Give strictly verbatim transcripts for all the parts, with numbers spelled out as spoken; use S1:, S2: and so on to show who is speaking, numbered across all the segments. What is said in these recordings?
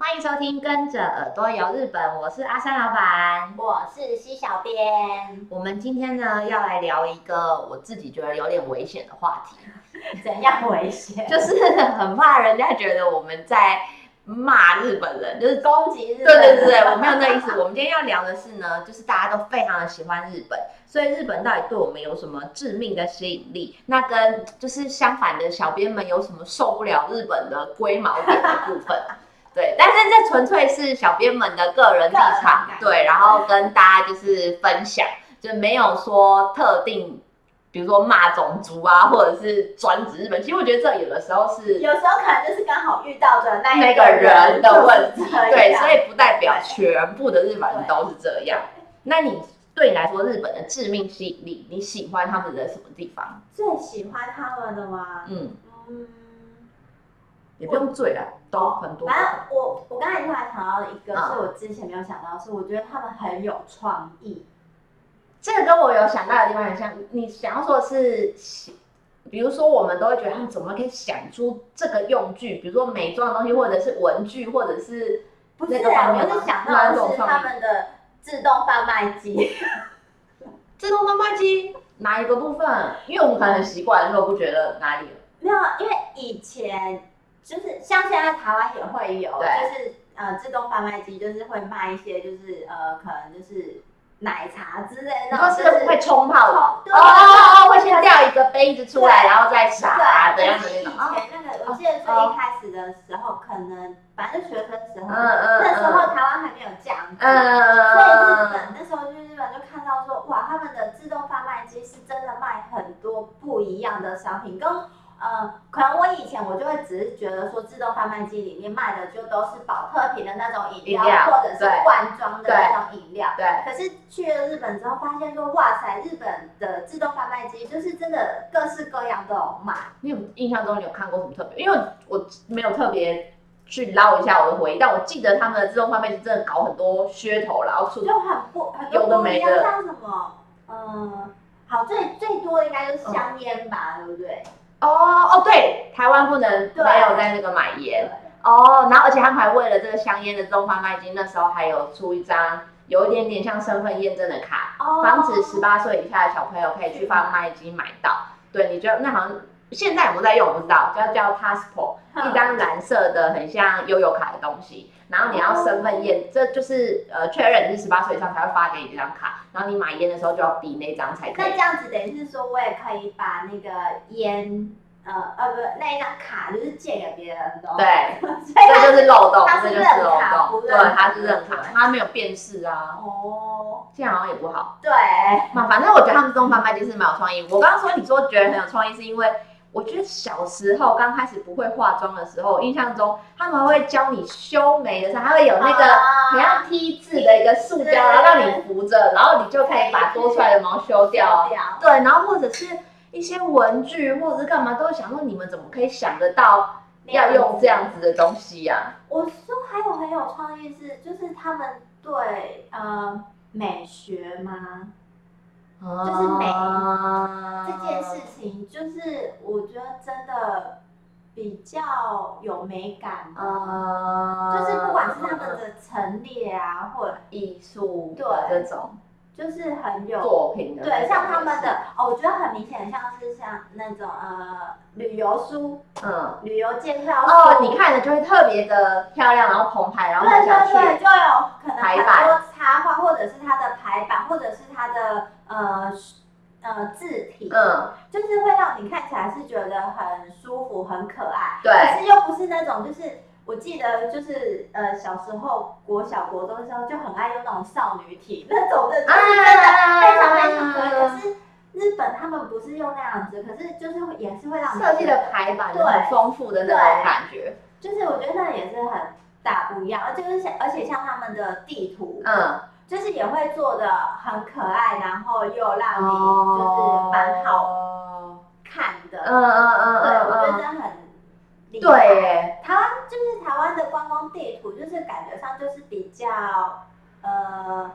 S1: 欢迎收听《跟着耳朵游日本》，我是阿山老板，
S2: 我是西小编。
S1: 我们今天呢要来聊一个我自己觉得有点危险的话题。
S2: 怎样危险？
S1: 就是很怕人家觉得我们在骂日本人，就是
S2: 攻击日本人。
S1: 对对对，我没有那意思。我们今天要聊的是呢，就是大家都非常的喜欢日本，所以日本到底对我们有什么致命的吸引力？那跟就是相反的小编们有什么受不了日本的龟毛点的部分？对，但是这纯粹是小编们的个人立场，对，然后跟大家就是分享，就没有说特定。比如说骂种族啊，或者是专指日本，其实我觉得这有的时候是，
S2: 有时候可能就是刚好遇到的那
S1: 那个人的问题，对，所以不代表
S2: 对
S1: 全部的日本人都是这样。那你对你来说，日本的致命吸引力，你喜欢他们的什么地方？
S2: 最喜欢他们的吗？
S1: 嗯
S2: 嗯，
S1: 也不用最啦，都很多。
S2: 反正我我刚才突然想到一个，
S1: 嗯
S2: 是我之前没有想到的是，我觉得他们很有创意。
S1: 这个跟我有想到的地方很像，你想要说的是，比如说我们都会觉得他们怎么可以想出这个用具，比如说美妆的东西，或者是文具，或者是那个方面吗？
S2: 我是想到的是他们的自动贩卖机。
S1: 自动贩卖机哪一个部分？因为我们可能很习惯，所以我不觉得哪里了。
S2: 没有，因为以前就是像现在台湾也会有，就是呃自动贩卖机，就是会卖一些就是呃可能就是奶茶之类的，
S1: 然后是会冲泡的，
S2: 哦
S1: 哦哦哦，会先掉一个杯子出来，然后再洒的样子那种。
S2: 以前那个我记得最一开始的时候，可能反正学生时候，
S1: 嗯嗯，
S2: 那时候台湾还没有这样子，
S1: 嗯，
S2: 所以日本那时候去日本就看到说，哇，他们的自动贩卖机是真的卖很多不一样的商品，跟呃，可能我以前我就会只是觉得说，自动贩卖机里面卖的就都是保特瓶的那种饮料，或者是罐装的那种饮料。
S1: 对。
S2: 可是去了日本之后，发现说，哇塞，日本的自动贩卖机就是真的各式各样都有卖。
S1: 你有印象中你有看过什么特别？因为我没有特别去捞一下我的回忆，但我记得他们的自动贩卖机真的搞很多噱头，然后
S2: 就很不很多不一样，像什么，嗯，好，最最多的应该就是香烟吧，嗯、对不对？
S1: 哦哦，对，台湾不能没有在那个买烟哦，然后而且他们还为了这个香烟的自动贩卖机，那时候还有出一张有一点点像身份验证的卡，哦、防止十八岁以下的小朋友可以去贩卖机买到。对，你觉得那好像现在有没有在用？我不知道，叫叫 Passport，、嗯、一张蓝色的很像悠游卡的东西，然后你要身份验，哦、这就是呃确认你是十八岁以上才会发给你这张卡，然后你买烟的时候就要比那张才可以。
S2: 那这样子等于是说我也可以把那个烟。呃呃不，那一张卡就是借给别人的，
S1: 对，这就是漏洞，
S2: 这
S1: 就是漏洞，
S2: 对，
S1: 它是认卡，它没有辨识啊。哦，这样好像也不好。
S2: 对，
S1: 嘛，反正我觉得他们自动贩卖机是蛮有创意。我刚刚说你说觉得很有创意，是因为我觉得小时候刚开始不会化妆的时候，印象中他们会教你修眉的时候，还会有那个很像 T 字的一个塑胶，然后让你扶着，然后你就可以把多出来的毛修掉。对，然后或者是。一些文具或者是干嘛，都会想说你们怎么可以想得到要用这样子的东西呀、
S2: 啊？我说还有很有创意是，就是他们对呃美学吗？啊、就是美这件事情，就是我觉得真的比较有美感的，啊、就是不管是他们的陈列啊，或者
S1: 艺术的这种。
S2: 就是很有
S1: 作品的，
S2: 对，像他们的哦，我觉得很明显，像是像那种呃旅游书，嗯，旅游介绍书，
S1: 哦，你看的就会特别的漂亮，然后澎湃，然后
S2: 对
S1: 对
S2: 对对，就有可能很多插画，或者是它的排版，或者是它的呃呃字体，嗯，就是会让你看起来是觉得很舒服、很可爱，
S1: 对，
S2: 可是又不是那种就是。我记得就是呃小时候国小国中的时候就很爱用那种少女体那种的，就是真的非常非常可爱。可是日本他们不是用那样子，可是就是也是会让你
S1: 设计的排版很丰富的那种感觉。
S2: 就是我觉得那也是很大不一样，而就是像而且像他们的地图，嗯，就是也会做的很可爱，然后又让你就是蛮好看的。嗯嗯嗯，对，我觉得很。
S1: 对，
S2: 台湾就是台湾的观光地图，就是感觉上就是比较呃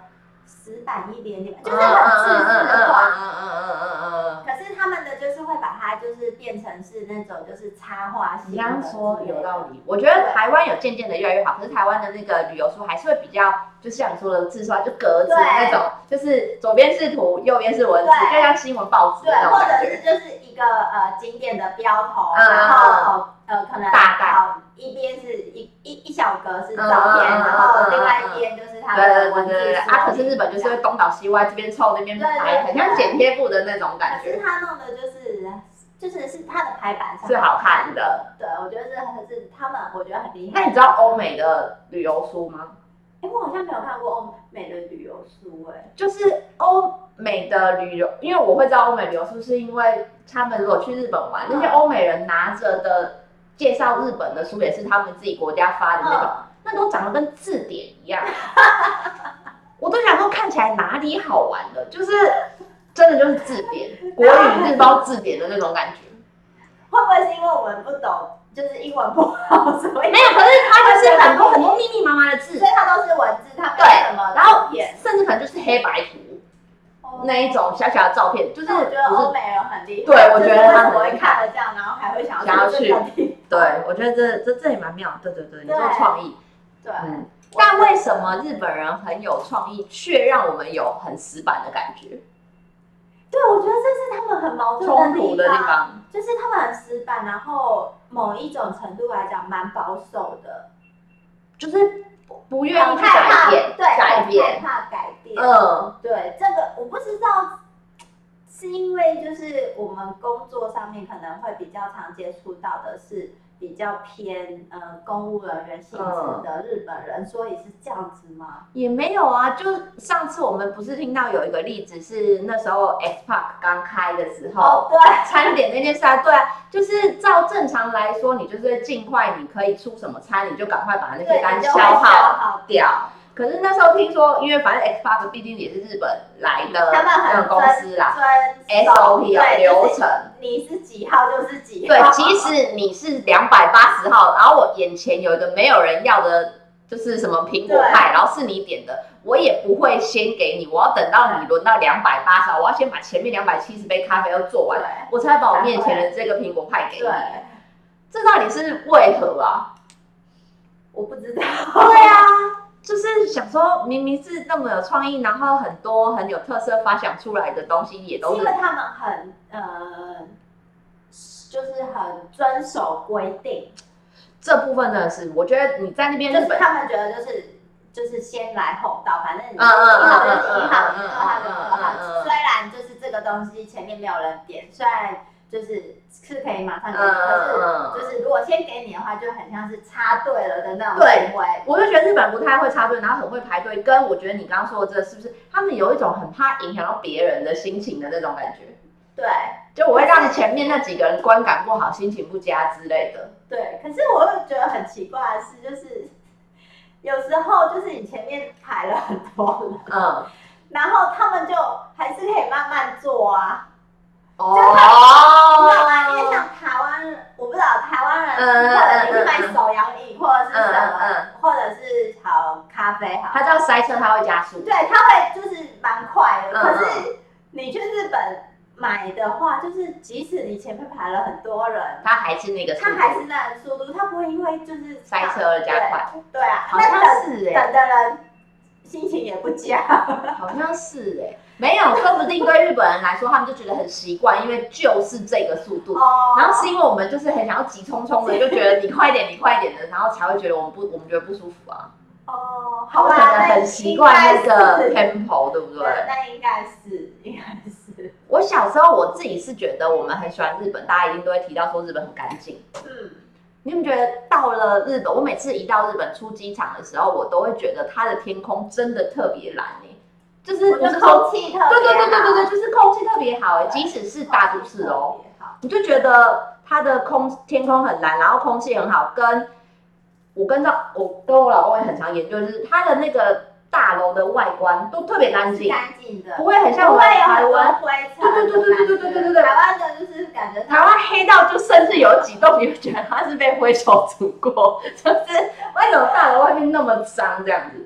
S2: 死板一点点，就是很自私化。
S1: 嗯嗯嗯嗯嗯。
S2: 可是他们的就是会把它就是变成是那种就是插画型的。
S1: 你刚刚说有道理，我觉得台湾有渐渐的越来越好，可是台湾的那个旅游书还是会比较，就像你说的字刷就格子那种，就是左边是图，右边是文字，就像新闻报纸那种感觉。
S2: 对，或者是就是一个呃景点的标头，嗯、然后呃可能
S1: 大概
S2: 一边是一一一小格是照片，嗯、然后另外一边就是它的文字。对对对
S1: 啊，可是日本就是会东倒西歪，这边凑那边排，很像剪贴布的那种感觉。
S2: 可是他弄的就是。就是是它的排版上
S1: 是好看的，
S2: 对，我觉得这还是他们，我觉得很厉害。
S1: 那你知道欧美的旅游书吗？
S2: 哎，我好像没有看过欧美的旅游书，哎，
S1: 就是欧美的旅游，因为我会知道欧美旅游书，是因为他们如果去日本玩，那些欧美人拿着的介绍日本的书，也是他们自己国家发的那种，那都长得跟字典一样，我都想说看起来哪里好玩的，就是。真的就是字典，国语日报字典的那种感觉。
S2: 会不会是因为我们不懂，就是英文不好，所以
S1: 没有？可是它就是很多很多密密麻麻的字，
S2: 所以它都是文字，它没有什么照片，
S1: 甚至可能就是黑白图、哦、那一种小小的照片，就是
S2: 我觉得欧美人很厉害。
S1: 对，我觉得他
S2: 很厉害。看了这样，然后还会想
S1: 要去。对，我觉得这这这也蛮妙。对对对，你说创意。
S2: 对。
S1: 嗯。但为什么日本人很有创意，却让我们有很死板的感觉？
S2: 对，我觉得这是他们很矛盾的
S1: 冲突的地方，
S2: 就是他们很死板，然后某一种程度来讲蛮保守的，
S1: 就是不愿意去改变，
S2: 对，
S1: 改变，
S2: 害怕改变。
S1: 嗯，
S2: 对，这个我不知道，是因为就是我们工作上面可能会比较常接触到的是比较偏呃公务人员性质的日本人，嗯、所以是这样子吗？
S1: 也没有啊，就上次我们不是听到有一个例子是那时候 X Park 刚开的时候，
S2: 哦、对，
S1: 餐点那件事啊，对啊，就是照正常来说，你就是尽快你可以出什么餐，你就赶快把那些单消耗掉。可是那时候听说，因为反正 X Park 毕竟也是日本来的那种公司啦 ，S O P 啊流程，
S2: 你是几号就是几号。
S1: 对，即使你是两百八十号，然后我眼前有一个没有人要的，就是什么苹果派，然后是你点的，我也不会先给你，我要等到你轮到两百八十号，我要先把前面两百七十杯咖啡都做完，我才把我面前的这个苹果派给你。这到底是为何啊？
S2: 我不知道。
S1: 对啊。就是想说，明明是那么有创意，然后很多很有特色发想出来的东西，也都是
S2: 因为他们很呃，就是很遵守规定。
S1: 这部分呢是，我觉得你在那边
S2: 日本，他们觉得就是就是先来后到，反正你一号就是一号，一号就是二号。虽然就是这个东西前面没有人点，虽然就是是可以马上给你，可是就是如果先给你的话，就很像是插队了的那种行为。
S1: 我就觉得日本不太会插队，然后很会排队，跟我觉得你刚刚说的这个是不是他们有一种很怕影响到别人的心情的那种感觉？
S2: 对，
S1: 就我会让前面那几个人观感不好，心情不佳之类的。
S2: 对，可是我会觉得很奇怪的是，就是有时候就是你前面排了很多人，嗯，然后他们就还是可以慢慢做啊。
S1: 哦，
S2: 你知道吗？因为像台湾，我不知道台湾人，可能你是买手摇饮或者是什么，嗯嗯、或者是好咖啡好。
S1: 他知道塞车，他会加速。
S2: 对，他会就是蛮快的。嗯、可是你去日本买的话，就是即使你前面排了很多人，
S1: 他还是那个速度，
S2: 他还是那个速度，他不会因为就是
S1: 塞车而加快。
S2: 对, 对啊，
S1: 好像是哎、欸，
S2: 等的人心情也不佳。
S1: 好像是哎、欸。没有，说不定对日本人来说，他们就觉得很习惯，因为就是这个速度。哦、然后是因为我们就是很想要急匆匆的，就觉得你快一点，你快一点的，然后才会觉得我们不，我们觉得不舒服啊。
S2: 哦，好吧，
S1: 可能很习惯那个 tempo， 对不对？
S2: 对，那应该是，应该是。
S1: 我小时候我自己是觉得我们很喜欢日本，大家一定都会提到说日本很干净。嗯。你们觉得到了日本，我每次一到日本出机场的时候，我都会觉得它的天空真的特别蓝哎、欸。就是不是
S2: 空气特别好，
S1: 对对对对对对，就是空气特别好哎，即使是大都市哦，你就觉得它的空天空很蓝，然后空气很好。跟我跟到我跟我老公也很常研究，就是它的那个大楼的外观都特别干净，
S2: 干净的，
S1: 不会很像我们台湾
S2: 灰尘，
S1: 对对对对对对对对对，
S2: 台湾的就是感觉
S1: 台湾黑到就甚至有几栋你会觉得它是被灰手煮过，就是为什么大楼外面那么脏这样子？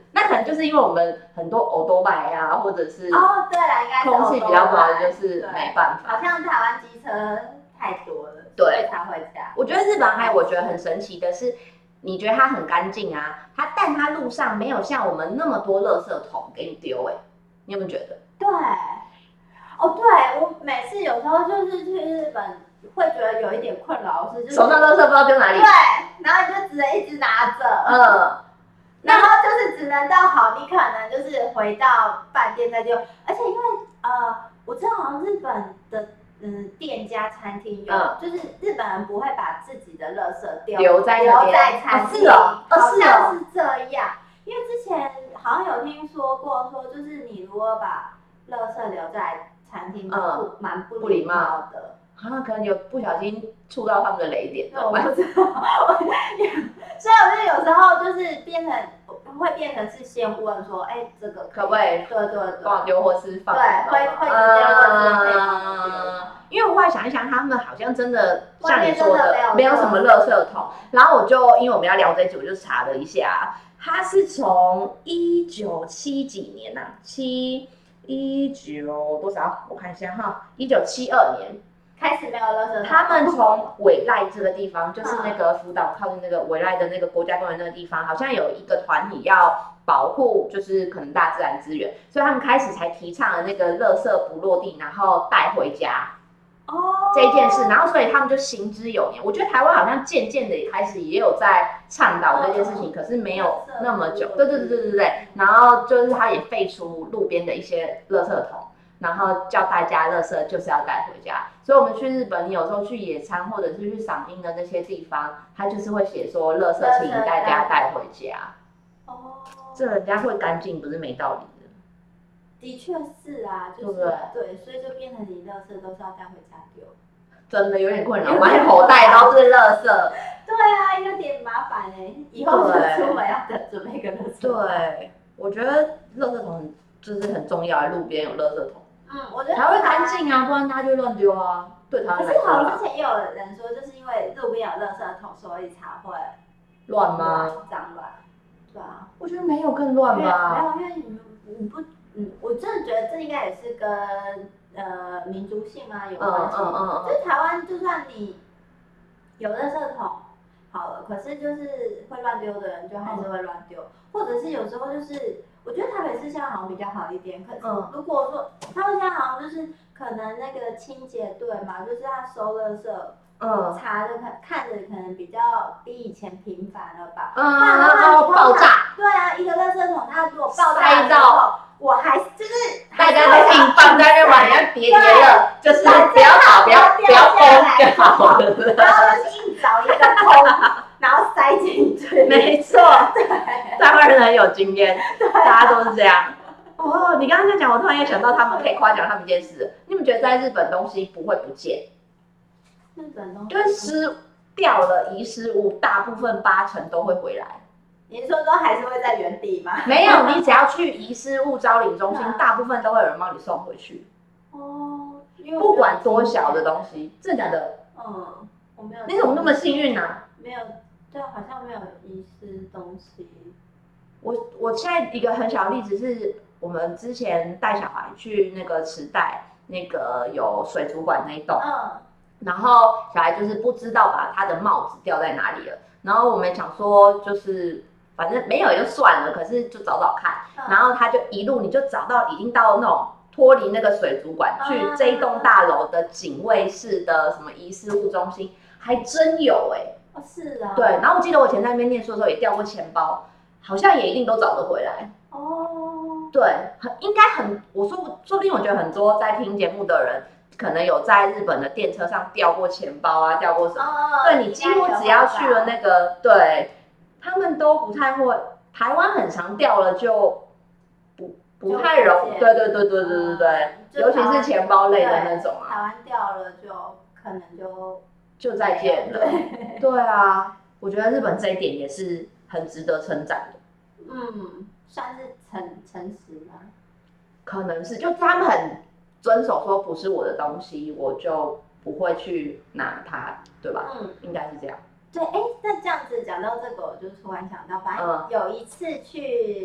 S1: 那可能就是因为我们很多欧多拜啊，或者是
S2: 哦，对啦，应该是
S1: 空气比较不好，就是没办法。
S2: 好像台湾机车太多了，
S1: 对，
S2: 才会这样。
S1: 我觉得日本还有我觉得很神奇的是，你觉得它很干净啊，它但它路上没有像我们那么多垃圾桶给你丢，哎，你有没有觉得？
S2: 对，哦，对我每次有时候就是去日本。会觉得有一点困扰是，就是
S1: 手上垃圾不知道丢哪里。
S2: 对，然后你就只能一直拿着，
S1: 嗯，
S2: 然后就是只能到好，你可能就是回到饭店再丢，而且因为呃，我知道好像日本的嗯店家餐厅有，嗯、就是日本人不会把自己的垃圾丢
S1: 留在
S2: 留在餐厅，
S1: 哦是哦，
S2: 好像是这样，因为之前好像有听说过，说就是你如果把垃圾留在餐厅，嗯，蛮不礼貌的。
S1: 啊，可能有不小心触到他们的雷点，
S2: 我不知道。所以我觉得有时候就是变成会变成是先问说，哎、欸，这个
S1: 可不可以？
S2: 对对对，
S1: 帮我丢或是放？
S2: 对，会会直接问说可以帮我丢。
S1: 因为我后来想一想，他们好像真的像你说的，没有什么垃圾桶。然后我就因为我们要聊这一集，我就查了一下，它是从一九七几年呐、啊，七一九多少？我看一下哈，一九七二年。
S2: 开始没有垃圾桶。
S1: 他们从尾濑这个地方，就是那个福岛靠近那个尾濑的那个国家公园那个地方，好像有一个团体要保护，就是可能大自然资源，所以他们开始才提倡了那个垃圾不落地，然后带回家。哦，这一件事，然后所以他们就行之有年。我觉得台湾好像渐渐的也开始也有在倡导这件事情，可是没有那么久。对对对对对对。然后就是他也废除路边的一些垃圾桶。然后叫大家垃圾就是要带回家，所以我们去日本，你有时候去野餐或者是去赏樱的那些地方，他就是会写说垃圾请大家带回家。哦，这人家会干净不是没道理的。
S2: 的确是啊，就是 对, 对，所以就变成你垃圾都是要带回家丢。
S1: 真的有点困扰，满口袋都是垃圾。
S2: 对啊，有点麻烦哎、欸，以后就出门要准备一个垃圾。
S1: 对，我觉得垃圾桶就是很重要，路边有垃圾桶。
S2: 嗯，我觉得
S1: 才会干净啊，不然大家就乱丢啊。对他们来说，
S2: 可是好像之前也有人说，就是因为路边有垃圾桶，所以才会
S1: 乱吗？
S2: 脏乱，对啊。
S1: 我觉得没有更乱吧。
S2: 没有，因为你你不，嗯，我真的觉得这应该也是跟呃民族性啊有关系。嗯嗯嗯。就是台湾，就算你有垃圾桶好了，可是就是会乱丢的人就还是会乱丢，嗯、或者是有时候就是。我觉得台北市现在好像比较好一点，可是如果说、嗯、他们现在好像就是可能那个清洁队嘛，就是他收垃圾，嗯，查的看看着可能比较比以前频繁了吧，嗯，
S1: 然后爆炸，
S2: 对啊，一个垃圾桶它如果爆炸的时候，我还就是
S1: 大家都硬放在那边玩，要叠叠乐，就是不要倒，不要不要崩就好了，
S2: 然后就是硬找一个空。然后塞进去，
S1: 没错，对，台湾人很有经验，大家都是这样。哦，你刚刚在讲，我突然又想到他们可以夸奖他们一件事。你们觉得在日本东西不会不见？
S2: 日本东西
S1: 就是失掉了遗失物，大部分八成都会回来。
S2: 你说都还是会在原地吗？
S1: 没有，你只要去遗失物招领中心，大部分都会有人帮你送回去。哦，不管多小的东西，真的假的？嗯，我没有。你怎么那么幸运呢、啊？
S2: 没有。对，好像没有遗失东西。
S1: 我我现在一个很小的例子是，我们之前带小孩去那个池袋，那个有水族馆那一栋，嗯，然后小孩就是不知道把他的帽子掉在哪里了，然后我们想说就是反正没有也就算了，可是就找找看，嗯、然后他就一路你就找到已经到那种脱离那个水族馆、嗯、去这一栋大楼的警卫室的什么遗失物中心，还真有哎、欸。
S2: 哦，是啊。
S1: 对，然后我记得我以前在那边念书的时候也掉过钱包，好像也一定都找得回来。哦。对，很应该很，我说说不定我觉得很多在听节目的人，可能有在日本的电车上掉过钱包啊，掉过什么？哦。对，你几乎只要去了那个，对，他们都不太会。台湾很常掉了就不不太容易。对对对对对对对，嗯、尤其是钱包类的那种啊。
S2: 台湾掉了就可能就。
S1: 就再见了，对, 对啊，我觉得日本这一点也是很值得称赞的。
S2: 嗯，算是诚诚实吗？
S1: 可能是，就他们很遵守说不是我的东西，我就不会去拿它，对吧？嗯，应该是这样。
S2: 对，哎，那这样子讲到这个，我就突然想到，反正有一次去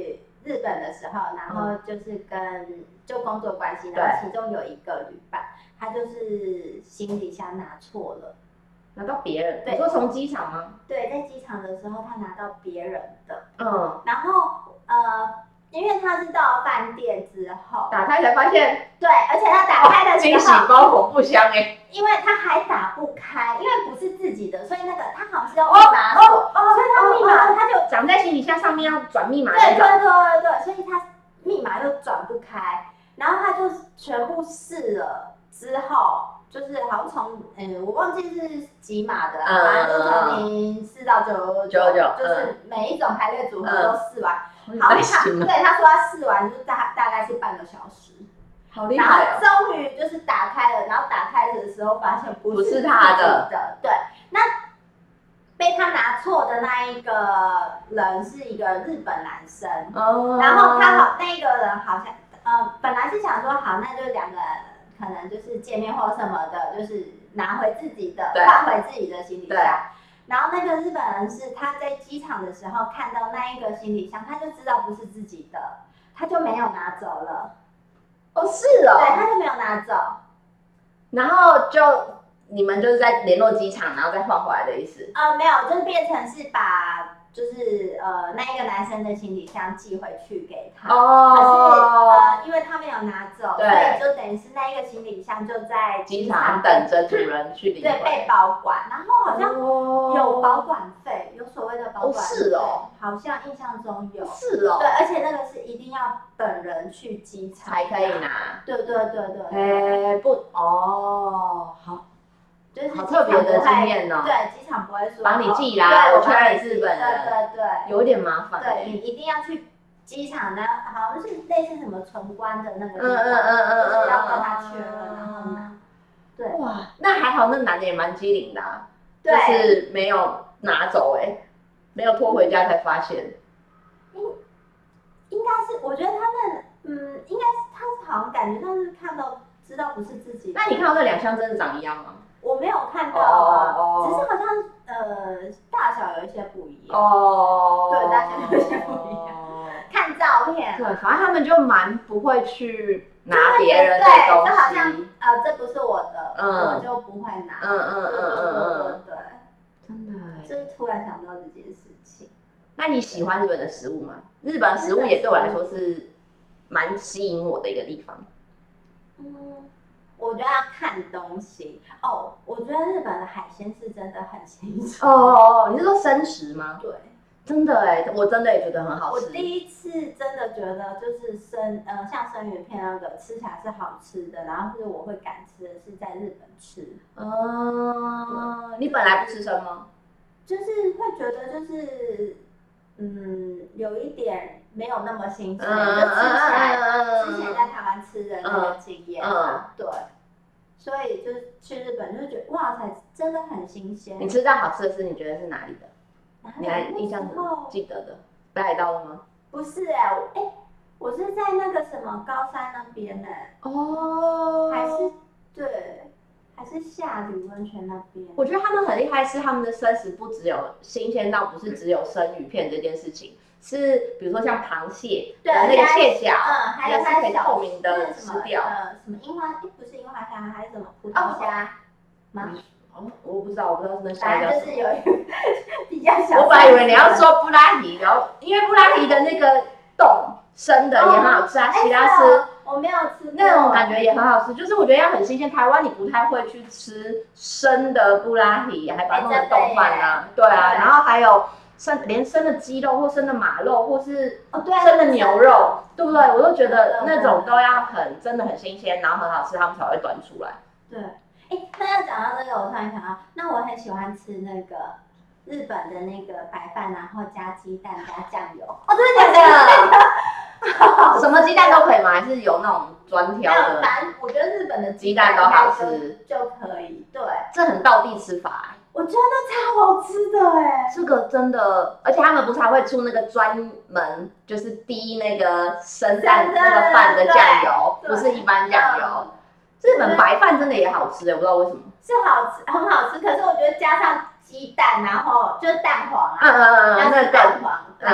S2: 日本的时候，然后就是跟就工作关系，然后其中有一个旅伴，他就是行李箱拿错了，
S1: 拿到别人，你说从机场吗？
S2: 对，在机场的时候他拿到别人的，
S1: 嗯，
S2: 然后呃，因为他是到饭店之后
S1: 打开才发现，
S2: 对，而且他打开的时候，
S1: 惊喜包恐怖箱哎，
S2: 因为他还打不开，因为不是自己的，所以那个他好像是用密码锁，
S1: 哦哦，
S2: 所以他密码他就
S1: 长在行李箱上面要转密码
S2: 对对
S1: 那种，
S2: 对对对，所以他密码又转不开，然后他就全部试了之后，就是好像从嗯我忘记是几码的，
S1: 嗯
S2: 反正就从零试到九九九，就是每一种排列组合都试完，好他对他说他试完就是大大概是半个小时。
S1: 好厉害哦！
S2: 然后终于就是打开了，然后打开的时候发现不是
S1: 不是他的，
S2: 的对，那被他拿错的那一个人是一个日本男生，哦，然后他好那个人好像呃本来是想说好，那就两个可能就是见面或什么的，就是拿回自己的，换回自己的行李箱。然后那个日本人是他在机场的时候看到那一个行李箱，他就知道不是自己的，他就没有拿走了。
S1: 哦，是哦，
S2: 对，他就没有拿走，
S1: 然后就你们就是在联络机场，然后再换回来的意思？
S2: 呃，没有，就是变成是把就是呃那一个男生的行李箱寄回去给他，哦，可是呃因为他没有拿走，所以就等于是那一个行李箱就在
S1: 机场等着主人去领，
S2: 对，被保管，然后好像有保管费，有所谓的保管费，哦，是哦，好像印象中有，
S1: 是哦，
S2: 对，而且那个是一定要本人去机场
S1: 才可以拿，
S2: 对对对对，
S1: 哎不哦好。
S2: 就是
S1: 好特别的经验哦！
S2: 对，机场不会说
S1: 帮你寄啦，我确认日本人，
S2: 对对对，
S1: 有点麻烦。
S2: 对，你一定要去机场呢，好像是类似什么存关的那个地方，
S1: 嗯嗯嗯嗯，
S2: 就是要跟他确认，然后拿。对，
S1: 哇，那还好，那男的也蛮机灵的，就是没有拿走哎，没有拖回家才发现。
S2: 应应该是，我觉得他们，嗯，应该是他好像感觉上是看到知道不是自己。
S1: 那你看到这两箱真的长一样吗？
S2: 我没有看到啊，哦、只是好像呃大小有一些不一样。哦，对，大小有一些不一样。哦、看照片。
S1: 对，反正他们就蛮不会去拿别人的东西。
S2: 对，就好像呃这不是我的，嗯、我就不会拿。
S1: 嗯嗯嗯嗯嗯，
S2: 对，
S1: 真的。
S2: 就是突然想到这件事情。
S1: 那你喜欢日本的食物吗？日本食物也对我来说是蛮吸引我的一个地方。
S2: 嗯。我觉得要看东西哦，我觉得日本的海鲜是真的很新鲜。
S1: 哦哦哦，你是说生食吗？
S2: 对，
S1: 真的哎，我真的也觉得很好吃。
S2: 我第一次真的觉得就是生呃像生鱼片那个吃起来是好吃的，然后是我会敢吃的是在日本吃。
S1: 哦，你本来不吃生吗？
S2: 就是会觉得就是嗯有一点没有那么新鲜，嗯、就吃起来之前在台湾吃的那个经验、嗯嗯、对。所以就去日本就觉得哇塞，真的很新鲜。
S1: 你吃到好吃的是你觉得是哪里的？你还印象记得的？北海道的吗？
S2: 不是哎、欸，哎、欸，我是在那个什么高山那边呢、欸。哦。还是对，还是下吕温泉那边。
S1: 我觉得他们很厉害，是他们的生食不只有新鲜到不是只有生鱼片这件事情。是，比如说像螃蟹的那个蟹脚，
S2: 嗯，还有
S1: 它可以透明的吃掉。
S2: 呃，什么樱花？不是樱花虾，还是什么葡萄虾吗？
S1: 哦，我不知道，我不知道是那虾叫什么。
S2: 就是有一个比较小。
S1: 我本来以为你要说布拉提，然后因为布拉提的那个冻生的也很好吃啊，其他吃
S2: 我没有吃过。
S1: 那种感觉也很好吃，就是我觉得要很新鲜。台湾你不太会去吃生的布拉提，还把它弄成冻饭啊，对啊，然后还有。生连生的鸡肉或生的马肉或是生的牛肉，对不对？我都觉得那种都要很真的很新鲜，然后很好吃，他们才会端出来。
S2: 对，哎，那要讲到这个，我突然想到，那我很喜欢吃那个日本的那个白饭，然后加鸡蛋加酱油。哦，真的假的？什么鸡蛋都可以吗？还是有那种专挑的？反正我觉得日本的鸡蛋都好吃就可以。对，
S1: 这很道地吃法。
S2: 我觉得超好吃的哎，
S1: 这个真的，而且他们不是还会出那个专门就是滴那个生蛋那个饭的酱油，不是一般酱油。日本白饭真的也好吃哎，我不知道为什么。
S2: 是好吃，很好吃，可是我觉得加上鸡蛋，然后就是蛋黄啊，
S1: 嗯嗯嗯，
S2: 那个蛋黄，然后跟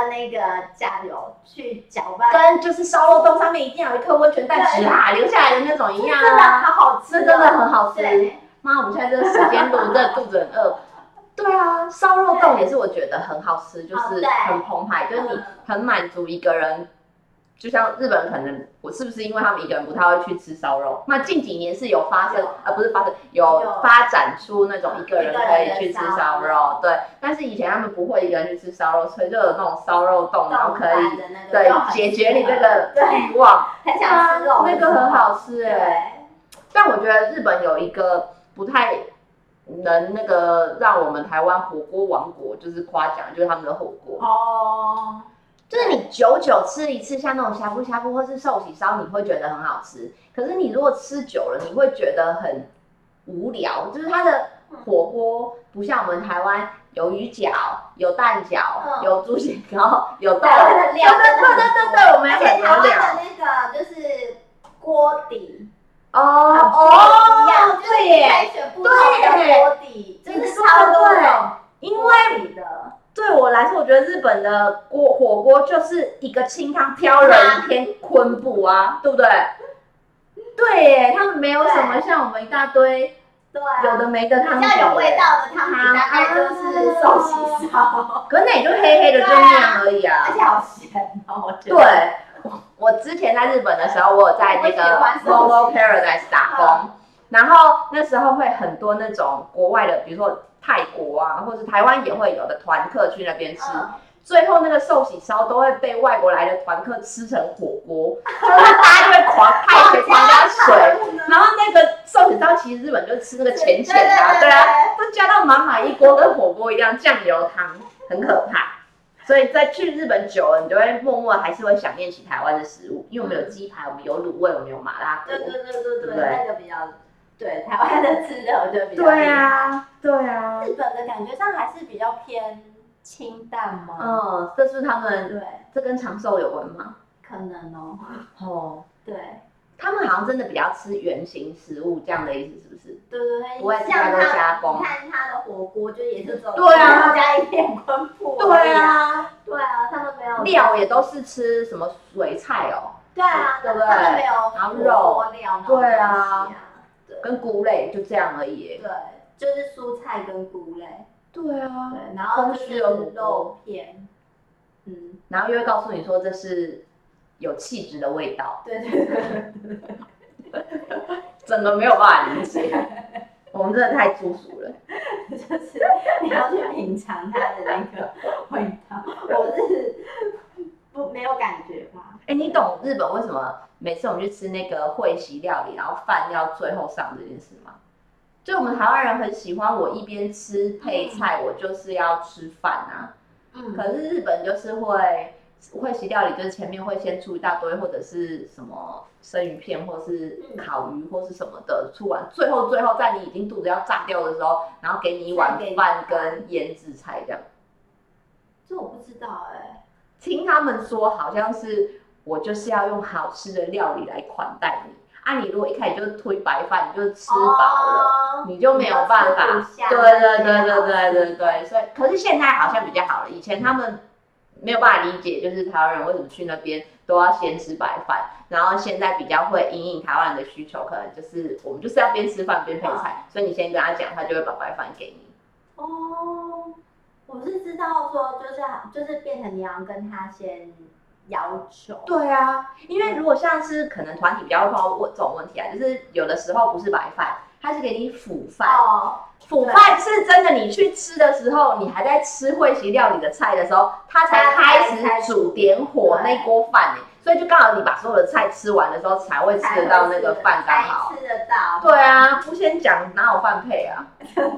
S2: 跟那个酱油去搅拌，
S1: 跟就是烧肉冻上面一定要有一颗温泉蛋纸啊留下来的那种一样啊，
S2: 真的好好吃，
S1: 这真的很好吃。妈，我们现在这个时间录，真的肚子很饿。对啊，烧肉冻也是我觉得很好吃，就是很澎湃，就是你很满足一个人。就像日本可能，我是不是因为他们一个人不太会去吃烧肉？那近几年是有发生，呃，不是发生，有发展出那种一个人可以去吃烧肉，对。但是以前他们不会一个人去吃烧肉，所以就有那种烧肉冻，然后可以对解决你这个欲望，
S2: 很想吃肉，
S1: 那个很好吃哎。但我觉得日本有一个不太能那个让我们台湾火锅王国就是夸奖，就是他们的火锅哦。就是你久久吃一次，像那种呷哺呷哺或是寿喜烧，你会觉得很好吃。可是你如果吃久了，你会觉得很无聊。就是它的火锅不像我们台湾有鱼饺、有蛋饺、嗯、有猪血糕、有豆，
S2: 对对对
S1: 对对，我们有很多料。
S2: 的那个就是锅底
S1: 哦哦，
S2: 对耶，可以选不同的锅底，就是超多种，
S1: 因为对我来说，我觉得日本的锅火锅就是一个清汤挑人一片昆布啊，对不对？对耶，他们没有什么像我们一大堆
S2: 对
S1: 有的没的汤底，
S2: 比较有味道的汤底大概就是寿喜烧，
S1: 可是那也就黑黑的就那样而已啊，
S2: 而且好咸哦，我觉
S1: 得。对，我之前在日本的时候，我有在那个 Momo Paradise 打工，然后那时候会很多那种国外的，比如说泰国啊，或者台湾也会有的团客去那边吃，嗯、最后那个寿喜烧都会被外国来的团客吃成火锅，就是大家就会狂派水、狂加水，然后那个寿喜烧其实日本就吃那个浅浅的、啊，对啊，都加到满满一锅，跟火锅一样酱油汤，很可怕。所以在去日本久了，你就会默默还是会想念起台湾的食物，因为我们有鸡排，我们有卤味，我们有麻辣锅，
S2: 对对对对对，对对那个比较。对台湾的吃的，我觉得比较
S1: 对啊，对啊。
S2: 日本的感觉上还是比较偏清淡吗？
S1: 嗯，这是他们
S2: 对，
S1: 这跟长寿有关吗？
S2: 可能哦。
S1: 哦，
S2: 对，
S1: 他们好像真的比较吃原形食物，这样的意思是不是？
S2: 对对对，
S1: 不会太多加工。
S2: 你看他的火锅就也是这种，
S1: 对啊，
S2: 加一片昆布。
S1: 对啊，
S2: 对啊，他们没有
S1: 料也都是吃什么水菜哦。
S2: 对啊，
S1: 对不对？
S2: 他们没有
S1: 然后肉
S2: 料，
S1: 对啊。跟菇类就这样而已。
S2: 对，就是蔬菜跟菇类。
S1: 对啊。
S2: 对，然后就是肉片，嗯，
S1: 然后又会告诉你说这是有气质的味道。
S2: 对对对。
S1: 整个没有办法理解，我们真的太粗俗了。
S2: 就是你要去品尝它的那个味道，我是不没有感觉吧。
S1: 哎、欸，你懂日本为什么每次我们去吃那个会席料理，然后饭要最后上这件事吗？就我们台湾人很喜欢，我一边吃配菜，嗯、我就是要吃饭啊。嗯。可是日本就是会会席料理，就是前面会先出一大堆，或者是什么生鱼片，或是烤鱼，或是什么的，出完最后最后在你已经肚子要炸掉的时候，然后给你一碗饭跟腌制菜这样。
S2: 这我不知道哎、欸。
S1: 听他们说，好像是我就是要用好吃的料理来款待你啊！你如果一开始就推白饭，你就吃饱了，哦、你就没有办法。对对对对对对对，所以可是现在好像比较好了。以前他们没有办法理解，就是台湾人为什么去那边都要先吃白饭，然后现在比较会因应台湾人的需求，可能就是我们就是要边吃饭边配菜，哦、所以你先跟他讲，他就会把白饭给你。
S2: 哦。我是知道说，就是就是变成你要跟他先要求。
S1: 对啊，因为如果像是可能团体比较会碰到这种问题啊，就是有的时候不是白饭，他是给你腐饭。哦。腐饭是真的，你去吃的时候，你还在吃会席料理的菜的时候，他才开始煮点火那锅饭呢。所以就刚好你把所有的菜吃完的时候，才会吃得到那个饭刚好。
S2: 才吃得到。
S1: 对啊，不先讲哪有饭配啊？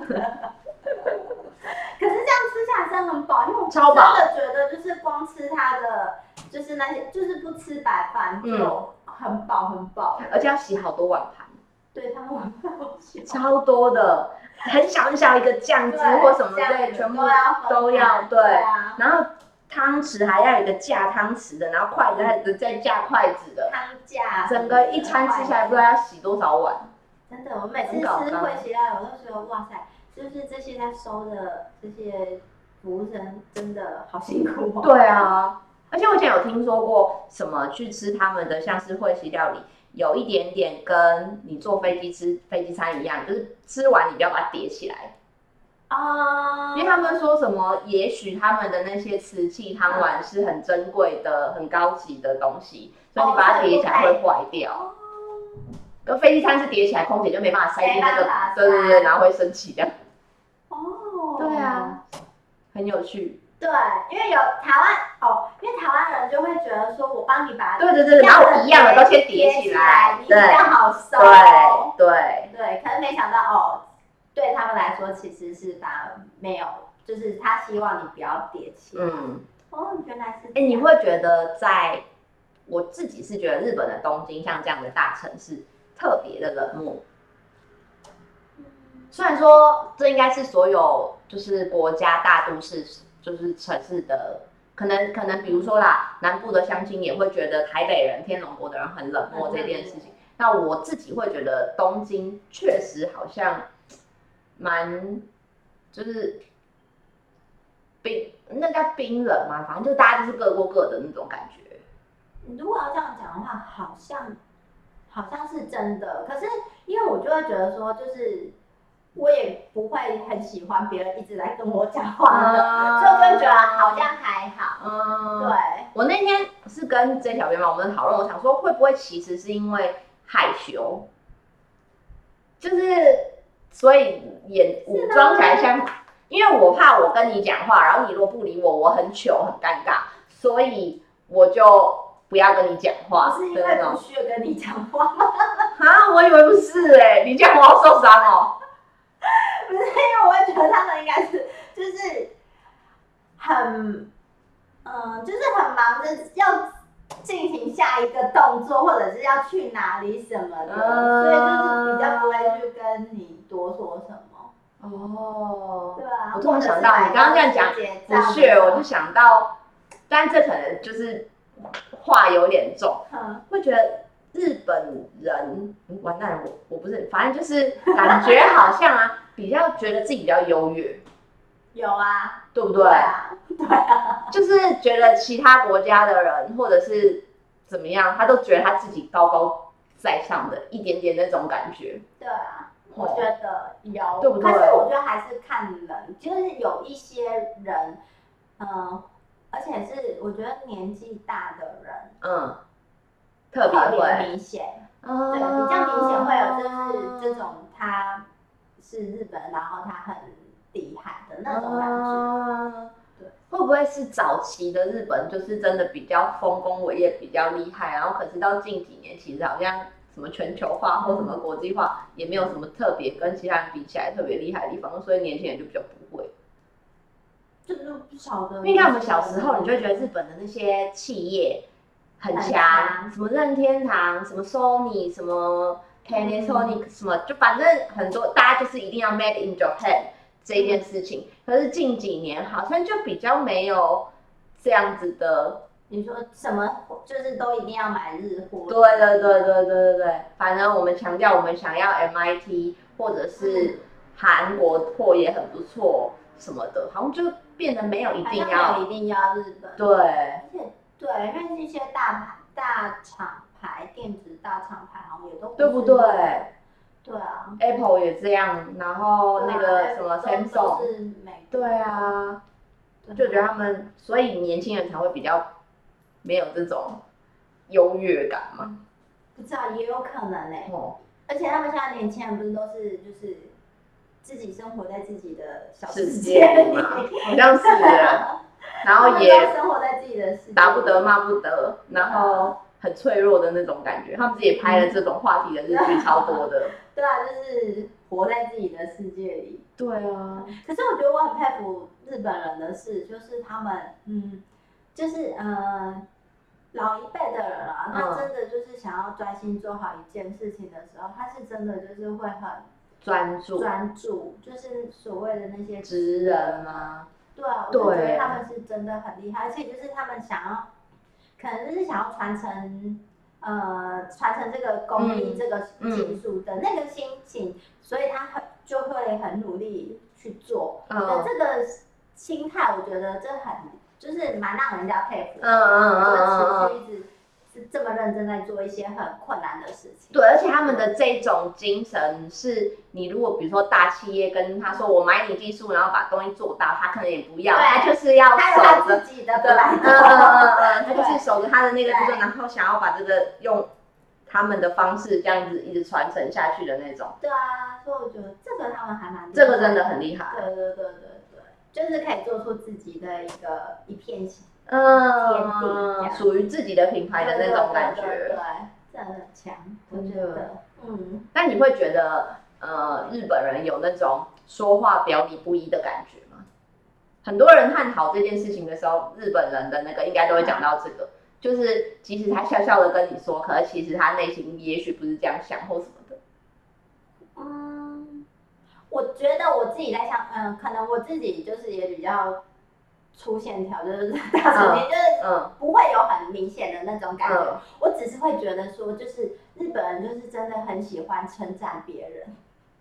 S2: 可是这样吃下来真的很饱，因为我真的觉得就是光吃它的，就是那些就是不吃白饭就很饱很饱、嗯，
S1: 而且要洗好多碗盘。
S2: 对，他们碗盘
S1: 超多的，很小很小一个酱汁或什么对，全部都要对。
S2: 对啊、
S1: 然后汤匙还要有一个架汤匙的，然后筷子还有再架筷子的。
S2: 汤架。
S1: 整个一餐吃下来不知道要洗多少碗。
S2: 真的，我每次吃会席料理，我都觉得哇塞。就是这些他收的这些服务生真的好辛苦哦。
S1: 对啊，而且我以前有听说过什么去吃他们的像是会席料理，有一点点跟你坐飞机吃飞机餐一样，就是吃完你不要把它叠起来。
S2: 啊、
S1: 因为他们说什么，也许他们的那些瓷器汤碗是很珍贵的、很高级的东西，所以你把它叠起来会坏掉。
S2: 哦，
S1: 跟飞机餐是叠起来，空姐就没办法塞进那个，
S2: 没办法塞
S1: 对对对，然后会生气的。
S2: 哦，
S1: 对啊，很有趣。
S2: 对，因为有台湾哦，因为台湾人就会觉得说，我帮你把
S1: 对对对，然后我一样的都先叠起来，
S2: 你比较好收。
S1: 对对
S2: 对，可是没想到哦，对他们来说其实是反而没有，就是他希望你不要叠起来。
S1: 嗯，
S2: 哦，原来是。
S1: 哎，你会觉得在，我自己是觉得日本的东京像这样的大城市特别的冷漠。虽然说这应该是所有就是国家大都市就是城市的，可能可能比如说啦，南部的乡亲也会觉得台北人、天龙国的人很冷漠这件事情。那我自己会觉得东京确实好像蛮就是冰，那叫冰冷嘛，反正就大家就是各过各的那种感觉。
S2: 如果要这样讲的话，好像好像是真的。可是因为我就会觉得说，就是我也不会很喜欢别人一直在跟我讲话的，嗯、所以我就觉得好像还好。嗯，对。
S1: 我那天是跟 J 小编嘛，我们讨论，我想说会不会其实是因为害羞，就是所以演武装起来像，因为我怕我跟你讲话，然后你如果不理我，我很糗很尴尬，所以我就不要跟你讲话。
S2: 不是因为不需要跟你讲话吗？
S1: 啊，我以为不是哎、欸，你这样我要受伤哦。
S2: 不是因为我会觉得他们应该是就是很，嗯，就是很忙着要进行下一个动作，或者是要去哪里什么的，嗯、所以就是比较不会去跟你多说什么。
S1: 哦，
S2: 对啊，
S1: 我突然想到，你刚刚这样讲，不是，我就想到，但这可能就是话有点重，嗯、会觉得日本人、嗯、完蛋了，我我不是，反正就是感觉好像啊，比较觉得自己比较优越。
S2: 有啊，
S1: 对不对？
S2: 对啊，对啊，
S1: 就是觉得其他国家的人或者是怎么样，他都觉得他自己高高在上的一点点那种感觉。
S2: 对啊，我觉得有，
S1: 对不对？
S2: 可是我觉得还是看人，就是有一些人，嗯、呃，而且是我觉得年纪大的人，嗯，特别会明显，嗯、对，比较明显会有就是这种他是日本人，然后他很厉害的那种感觉。嗯、对，
S1: 会不会是早期的日本就是真的比较丰功伟业比较厉害，然后可是到近几年其实好像什么全球化或什么国际化也没有什么特别跟其他人比起来特别厉害的地方，所以年轻人就比较不会。
S2: 就是不晓得，
S1: 因为我们小时候你就会觉得日本的那些企业很强，什么任天堂、什么 Sony、什么 Panasonic、嗯、什么，就反正很多大家就是一定要 Made in Japan 这一件事情。可是近几年好像就比较没有这样子的。
S2: 你说什么？就是都一定要买日货？
S1: 对对对对对对对，反正我们强调我们想要 M I T 或者是韩国货也很不错什么的，好像就变得没有一定要
S2: 一定要日本。
S1: 对，
S2: 而且对，因为一些大牌大厂牌电子大厂牌好像也都不
S1: 对不对？
S2: 对啊
S1: ，Apple 也这样，然后那个什么 Samsung，
S2: 是美
S1: 对啊，就觉得他们，所以年轻人才会比较没有这种优越感嘛。
S2: 不知道，也有可能嘞、欸。哦。而且他们现在年轻人不是都是就是自己生活在自己的小世界里嘛，
S1: 好像是。然后也
S2: 生活在自己的世界，
S1: 打不得骂不得，然后很脆弱的那种感觉。他们自己也拍了这种话题的日剧超多的。
S2: 对啊，就是活在自己的世界里。
S1: 对啊。
S2: 可是我觉得我很佩服日本人的是，就是他们，嗯，就是呃，老一辈的人啊，他真的就是想要专心做好一件事情的时候，他是真的就是会很
S1: 专注，
S2: 专注，就是所谓的那些
S1: 职人吗？
S2: 对啊，我就觉得他们是真的很厉害，而且就是他们想要，可能就是想要传承，呃，传承这个工艺、嗯、这个技术的那个心情，嗯、所以他很就会很努力去做。嗯、的这个心态，我觉得这很就是蛮让人家佩服的。
S1: 嗯嗯嗯嗯
S2: 嗯，持续一直是这么认真在做一些很困难的事情。
S1: 对，而且他们的这种精神是，你如果比如说大企业跟他说我买你技术，然后把东西做到，他可能也不要，他就是要守着
S2: 自己的本来的，
S1: 嗯嗯嗯嗯，他就是守着他的那个技术，然后想要把这个用他们的方式这样子一直传承下去的那种。
S2: 对啊，所以我觉得这个他们还蛮厉害，
S1: 这个真的很厉害。
S2: 对对对对对，就是可以做出自己的一个一片
S1: 嗯，属于自己的品牌的那种感觉。
S2: 对对对对，真的很强，我觉得。嗯。
S1: 但你会觉得，呃，日本人有那种说话表里不一的感觉吗？很多人探讨这件事情的时候，日本人的那个应该都会讲到这个，就是即使他笑笑的跟你说，可是其实他内心也许不是这样想或什么的。
S2: 嗯，我觉得我自己在想，嗯，可能我自己就是也比较粗线条，就是大手边，就是不会有很明显的那种感觉。嗯、我只是会觉得说，就是日本人就是真的很喜欢称赞别人，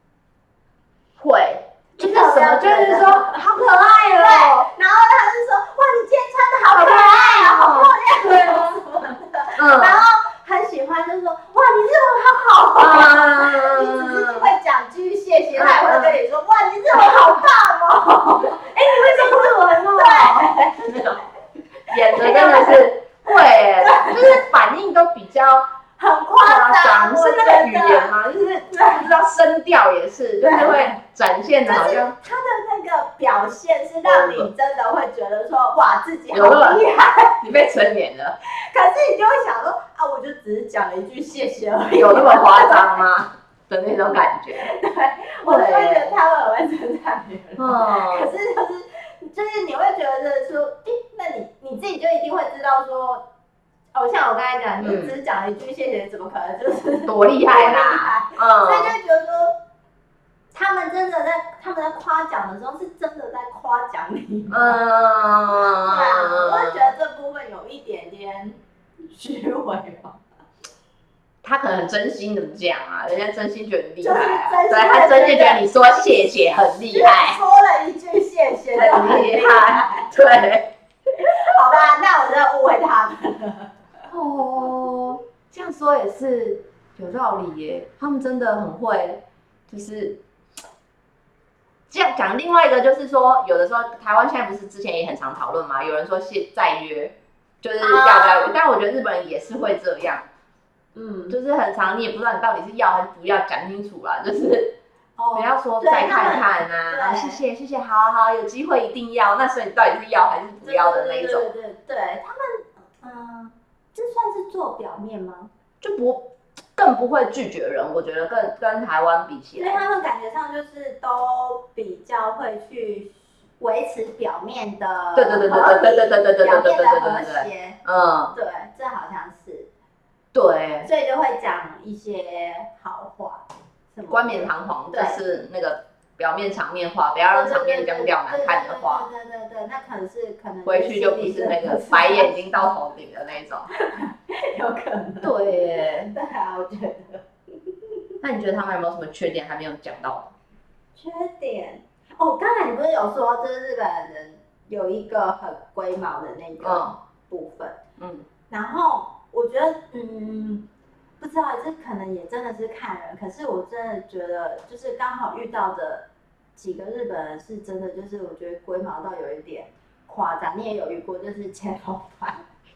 S1: 会。就是什么，就是说好可爱哦、
S2: 喔，然后他就说哇，你今天穿的好可爱哦、喔，好漂亮，对啊，什么的，嗯，然后很喜欢，就是说哇，你日文好好啊，嗯、你只是会讲句谢谢，他还会跟你说哇，你日文好棒哦、喔，哎、欸，你会说日文哦、喔，
S1: 对，那种演的真的是会，就是反应都比较。
S2: 很夸张，
S1: 是那个语言吗？就是不知道声调也是，就是会展现的好像
S2: 他的那个表现是让你真的会觉得说哇自己好厉害，
S1: 你被催眠了。
S2: 可是你就会想说啊，我就只是讲了一句谢谢而已，
S1: 有那么夸张吗？的那种感觉。
S2: 对，我就会觉得他们很会称赞别人。嗯，可是就是就是你会觉得说，哎，那你你自己就一定会知道说。哦，像我刚才讲，你只是讲了一句谢谢，怎么可能就是
S1: 多厉害啦？
S2: 嗯，所以就会觉得说，他们真的在他们在夸奖的时候，是真的在夸奖你。嗯，对啊，我会觉得这部分有一点点虚伪吧。
S1: 他可能很真心的讲啊，人家真心觉得厉害、啊，对，他真心觉得你说谢谢很厉害，
S2: 说了一句谢谢很厉害，
S1: 对。
S2: 好吧，那我真的误会他们了。
S1: 哦，这样说也是有道理耶，他们真的很会，就是这样讲。另外一个就是说，有的时候台湾现在不是之前也很常讨论嘛，有人说现在约，就是要不要约，啊、但我觉得日本人也是会这样，嗯，就是很常你也不知道你到底是要还是不要，讲清楚啦，就是。哦、不要说再看看啊，然后谢谢谢谢，好好，有机会一定要。那所以你到底是要还是不要的那一种？
S2: 对对 对, 对, 对，他们嗯，这算是做表面吗？
S1: 就不更不会拒绝人，我觉得跟跟台湾比起来，
S2: 因为他们感觉上就是都比较会去维持表面的
S1: 对对对对对对对对对对
S2: 表面的和谐，嗯，对，这好像是
S1: 对，
S2: 所以就会讲一些好话。
S1: 冠冕堂皇就是那个表面场面话，不要让场面僵掉难看的话。
S2: 对对对对，那可能是可能
S1: 回去就不是那个白眼睛到头顶的那种。
S2: 有可能。
S1: 对耶。
S2: 对啊，我觉得。
S1: 那你觉得他们有没有什么缺点还没有讲到？
S2: 缺点哦，刚才你不是有说，就是日本人有一个很龟毛的那个部分，嗯，然后我觉得，嗯。不知道，这可能也真的是看人。可是我真的觉得，就是刚好遇到的几个日本人是真的，就是我觉得龟毛到有一点夸张。你也有遇过，就是前老板，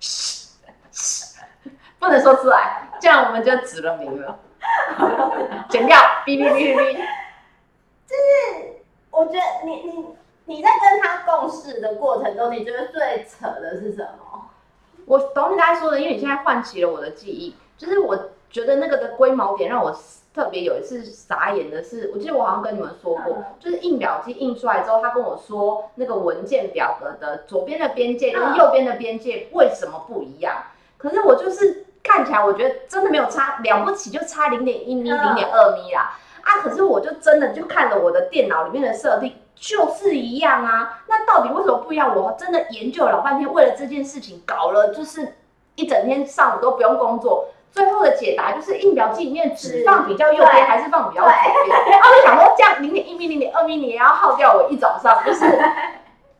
S1: 不能说出来，这样我们就指了名了，剪掉，哔哔哔哔哔。
S2: 就是我觉得你你你在跟他共事的过程中，你觉得最扯的是什么？
S1: 我懂你刚才说的，因为你现在唤起了我的记忆。就是我觉得那个的龟毛点让我特别有一次傻眼的是，我记得我好像跟你们说过，嗯、就是印表机印出来之后，他跟我说那个文件表格的左边的边界跟右边的边界为什么不一样？可是我就是看起来我觉得真的没有差，了不起就差零点一米、零点二米啦。啊，可是我就真的就看了我的电脑里面的设定，就是一样啊。那到底为什么不一样？我真的研究了老半天，为了这件事情搞了就是一整天上午都不用工作。最后的解答就是印表机里面纸放比较右边还是放比较左边？然后就想说这样零点一米、零点二米，你也要耗掉我一早上，就是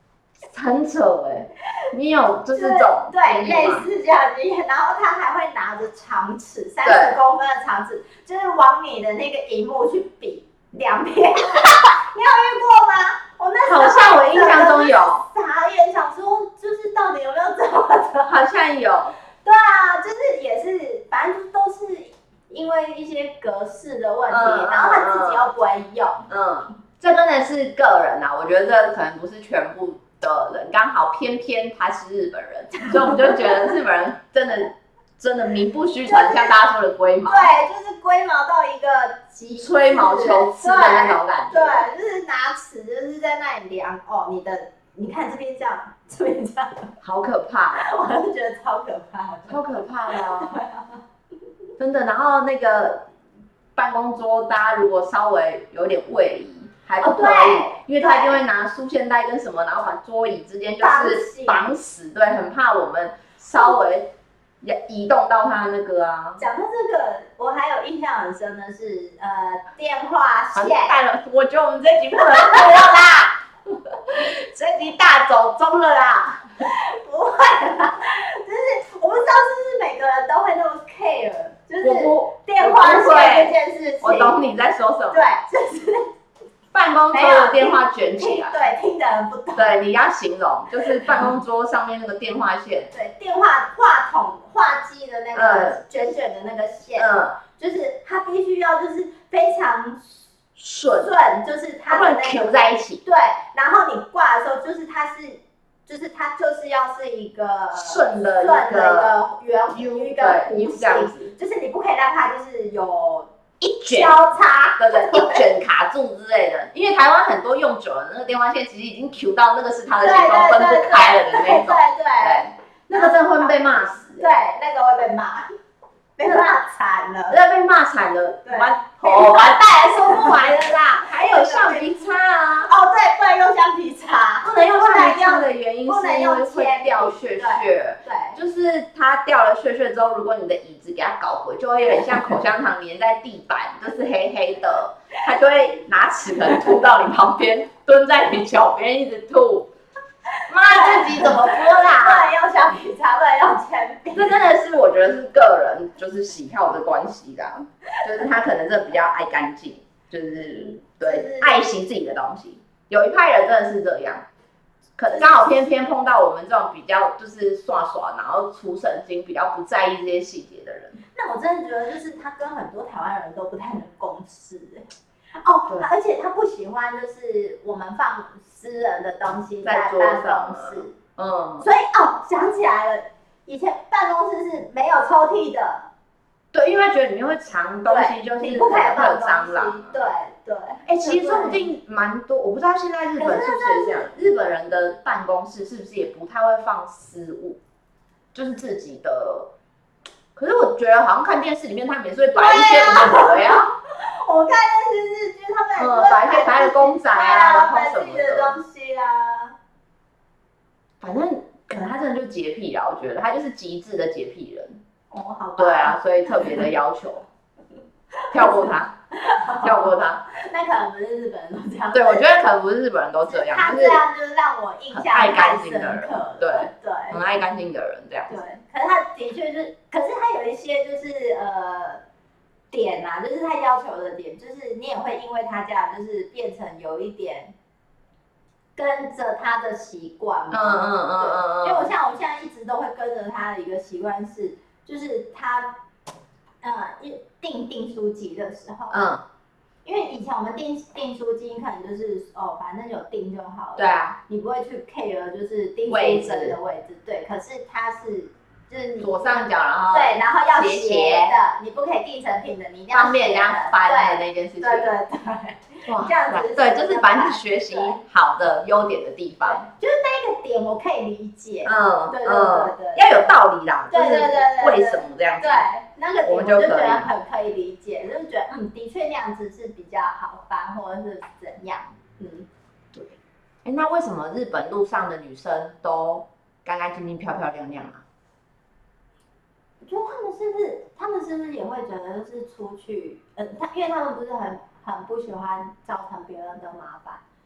S1: 很扯哎、欸。你有就是这种
S2: 对类似这样经验，然后他还会拿着长尺，三十公分的长尺，就是往你的那个荧幕去比两边。你有遇过吗？我那时候
S1: 好像我印象中有，
S2: 傻眼，想说就是到底有没有这么的？
S1: 好像有。
S2: 对啊，就是也是，反正都是因为一些格式的问题，嗯、然后他自己又不会用。
S1: 嗯，这真的是个人啊，我觉得这可能不是全部的人，刚好偏偏他是日本人，所以我们就觉得日本人真的真的名不虚传，就是、像大家说的龟毛。
S2: 对，就是龟毛到一个极
S1: 吹毛求疵的那种感觉。
S2: 对，就是拿尺就是在那里量哦，你的。你看这边这样，这边这样，
S1: 好可怕、啊！
S2: 我就觉得超可怕的，
S1: 超可怕的、啊，真的。然后那个办公桌，大家如果稍微有点位移，还不可以，哦、因为他一定会拿束线带跟什么，然后把桌椅之间就是绑死，对，很怕我们稍微移动到他那个啊。
S2: 讲到这个，我还有印象很深的是，呃，电话线。
S1: 完了，我觉得我们这集不能播了啦。这集大走中了啦，
S2: 不会啦，就是我不知道是不是每个人都会那么 care， 就是电话线这件事情。
S1: 我懂你在说什么。
S2: 对，就是
S1: 办公桌的电话卷起来。
S2: 对，听的人不懂。
S1: 对，你要形容，就是办公桌上面那个电话线。
S2: 对，电话话筒话机的那个卷卷的那个线，嗯，就是它必须要就是非常。顺顺就是它的那个
S1: Q 在一起，
S2: 对，然后你挂的时候，就是它是，就是它就是要是一个
S1: 顺的
S2: 顺的一个圆
S1: ，U
S2: 一个弧形，就是你不可以让它就是有
S1: 一卷
S2: 交叉，
S1: 对对，一卷卡住之类的。因为台湾很多用久了，那个电话线其实已经 Q 到那个是它的形状分不开了的那种，
S2: 对对，
S1: 那个真的会被骂死，
S2: 对，那个会被骂。被骂惨了，
S1: 对，被骂惨了，
S2: 完
S1: 哦，完蛋，说不完了啦。还有橡皮擦啊，
S2: 哦对，不能用橡皮擦，
S1: 不能用橡皮擦的原因是因为会掉屑屑，
S2: 对，
S1: 就是它掉了屑屑之后，如果你的椅子给它搞回，就会有点像口香糖粘在地板，就是黑黑的，它就会拿齿轮吐到你旁边，蹲在你脚边一直吐。妈，这集怎么播啦？
S2: 不能用橡皮擦，不能用铅笔。
S1: 这真的是我觉得是个人就是喜好的关系啦，就是他可能真的比较爱干净，就是对爱惜自己的东西。有一派人真的是这样，可刚好偏偏碰到我们这种比较就是耍耍，然后出神经，比较不在意这些细节的人。
S2: 那我真的觉得就是他跟很多台湾人都不太能共识哎。哦，而且他不喜欢就是我们放私人的东西在办公室，嗯，所以哦想起来了，以前办公室是没有抽屉的，
S1: 对，因为他觉得里面会藏东西，就是
S2: 你不可以
S1: 放蟑螂，
S2: 对对。
S1: 哎、欸，其实说不定蛮多，我不知道现在日本是不是这样，日本人的办公室是不是也不太会放私物，就是自己的。可是我觉得好像看电视里面，他们也是会摆一些什么呀。
S2: 我看电视剧，他们也
S1: 嗯，摆一些可爱的公仔啊，然后什么
S2: 的东西啊。
S1: 反正可能他真的就洁癖啦，我觉得他就是极致的洁癖人。
S2: 哦，好吧。
S1: 对啊，所以特别的要求，跳过他，跳过他。
S2: 那可能不是日本人都这样。
S1: 对，我觉得可能不是日本人都这样，
S2: 他这样就是让我印象
S1: 爱干净的
S2: 人，
S1: 对
S2: 对，
S1: 很爱干净的人这样。
S2: 对，可是他的确是，可是他有一些就是呃。点啊，就是他要求的点，就是你也会因为他这样，就是变成有一点跟着他的习惯嘛。嗯嗯嗯嗯。因为我像我现在一直都会跟着他的一个习惯是，就是他呃订订书机的时候，嗯，因为以前我们订订书机可能就是哦，反正有订就好了。
S1: 对啊。
S2: 你不会去 care 就是订书针的位置，对。可是他是。就是
S1: 左上角，然后
S2: 对，然后要斜的，你不可以订成平的，你一定要
S1: 方便人家翻的那件事情。
S2: 对对对，哇，这样子
S1: 对，就是反正学习好的优点的地方，
S2: 就是那个点我可以理解。
S1: 嗯，
S2: 对对对对，
S1: 要有道理啦，
S2: 对对对对，
S1: 为什么这样子？
S2: 对，那个点我就觉得很可以理解，就是觉得嗯，的确那样子是比较好翻，或者是怎样，嗯，
S1: 对。哎，那为什么日本路上的女生都干干净净、漂漂亮亮啊？
S2: 我觉得他们是不是，他们是不是也会觉得就是出去，呃，他因为他们不是很很不喜欢造成别人的麻烦，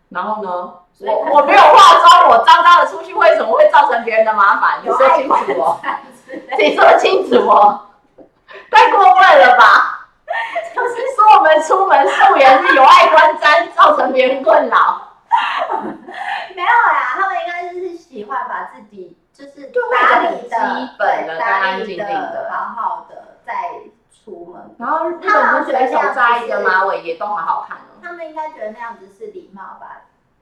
S1: 然后呢？我我没有化妆，我脏脏的出去，为什么会造成别人的麻烦？你说清楚哦，你说清楚哦，太过分了吧？就是说我们出门素颜是有碍观瞻，造成别人困扰。
S2: 没有啦，他们应该就是喜欢把自己就是打理的
S1: 基本的干干净净
S2: 的，好好的再出门。
S1: 然后日本不随手扎一个马尾也都好好看哦。
S2: 他们应该觉得那样子是礼貌吧？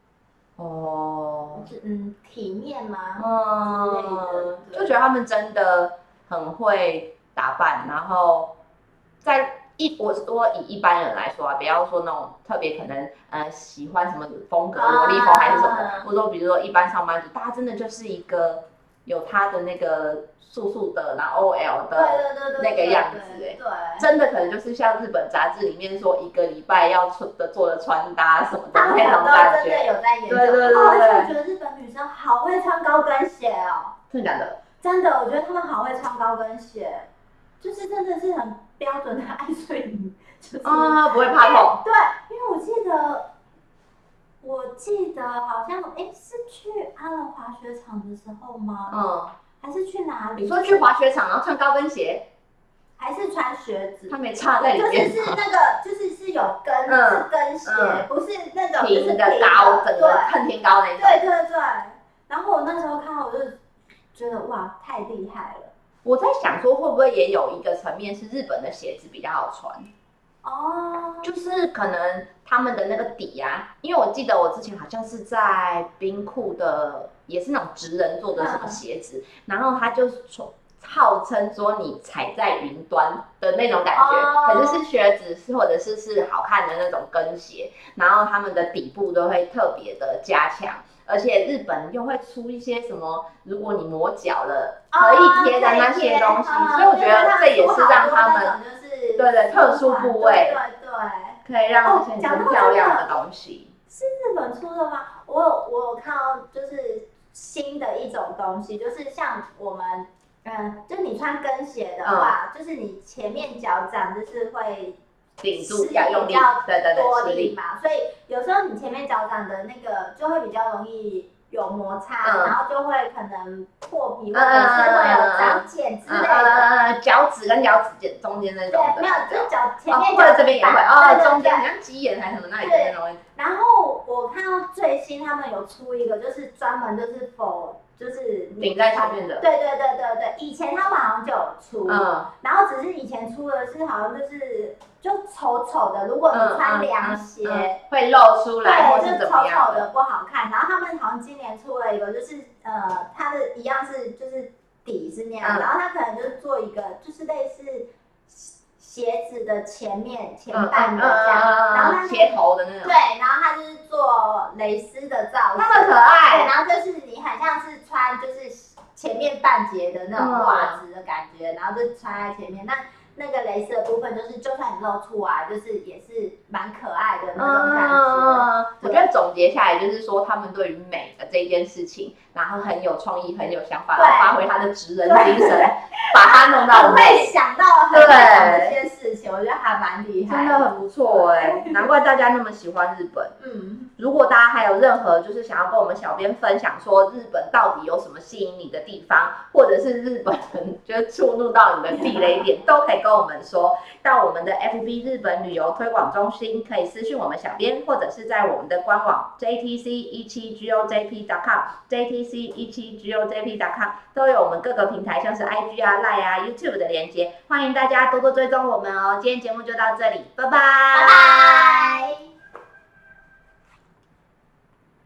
S1: 哦，
S2: 嗯，体面吗？
S1: 嗯，就觉得他们真的很会打扮，然后在一我说以一般人来说啊，不要说那种特别可能呃喜欢什么风格，萝莉风还是什么的，我说比如说一般上班族，大家真的就是一个有他的那个素素的，然后 O L 的那个样子，哎，真的可能就是像日本杂志里面说一个礼拜要出的做的穿搭什么的那种感觉，
S2: 真的有在研究。
S1: 对对对对，
S2: 我觉得日本女生好会穿高跟鞋哦，
S1: 真的假的？
S2: 真的，我觉得她们好会穿高跟鞋，就是真的是很标准的爱睡女，就是
S1: 啊、不会怕痛。
S2: 对，因为我记得。我记得好像哎，是去阿伦滑雪场的时候吗？嗯，还是去哪里？
S1: 你说去滑雪场，然后穿高跟鞋，
S2: 还是穿靴子？
S1: 他没插在里面，
S2: 就是是那个，就是是有跟，嗯、是跟鞋，嗯、不是那种
S1: 平的高，整个恨天高那种。
S2: 对对对。然后我那时候看到，我就觉得哇，太厉害了。
S1: 我在想说，会不会也有一个层面是日本的鞋子比较好穿？哦，就是可能他们的那个底啊，因为我记得我之前好像是在冰库的，也是那种职人做的什么鞋子，嗯、然后他就说号称说你踩在云端的那种感觉，哦、可是是靴子是或者是是好看的那种跟鞋，然后他们的底部都会特别的加强。而且日本又会出一些什么，如果你磨脚了可以贴的那些东西，哦、所以我觉得这也是让他们对对特殊部位，对对对，可以让这些很漂亮的东西。
S2: 哦、是日本出的吗？我有我有看到就是新的一种东西，就是像我们嗯，就你穿跟鞋的话，嗯、就是你前面脚掌就是会。
S1: 顶住要用力，对对对，
S2: 多力嘛，所以有时候你前面脚掌的那个就会比较容易有摩擦，嗯、然后就会可能破皮或者是会有长茧之类的。
S1: 呃，脚趾跟脚趾中间那种。
S2: 对，没有，就是脚前面
S1: 脚、哦、或者这边也会哦，中间好像鸡眼还是什么那里边容易。
S2: 然后我看到最新他们有出一个，就是专门就是否。就是
S1: 顶在前面的，
S2: 对对对对对，以前他们好像就有出，嗯，然后只是以前出的是好像就是就丑丑的，如果你穿凉鞋、嗯嗯嗯、
S1: 会露出来，
S2: 对，就丑丑的不好看。然后他们好像今年出了一个，就是呃，它的一样是就是底是那样，嗯、然后它可能就是做一个就是类似鞋子的前面前半的这样，
S1: 嗯嗯、
S2: 然后它
S1: 鞋头的那种，
S2: 对，然后它就是做蕾丝的造型，
S1: 那么可爱，
S2: 对，然后就是你很像是穿就是前面半截的那种袜子的感觉，嗯、然后就穿在前面，那那个蕾丝的部分就是就算你露出来，就是也是蛮可爱的那种感觉。
S1: 嗯、我觉得总结下来就是说，他们对于美的这件事情，然后很有创意，很有想法，然后发挥他的职人精神，把它弄到美，
S2: 会想到很多这些事情，我觉得还蛮厉害的，
S1: 真的很不错哎、欸，难怪大家那么喜欢日本。嗯，如果大家还有任何就是想要跟我们小编分享说日本到底有什么吸引你的地方，或者是日本人就是触怒到你的地雷点，都可以跟我们说。到我们的 F B 日本旅游推广中心可以私讯我们小编，或者是在我们的官网 J T C 一七 G O J P 点 com J T C 一七 G O J P 点 com 都有我们各个平台像是 I G 啊、Line 啊、YouTube 的连接，欢迎大家多多追踪我们哦。今天节目就到这里，拜拜。
S2: 拜拜。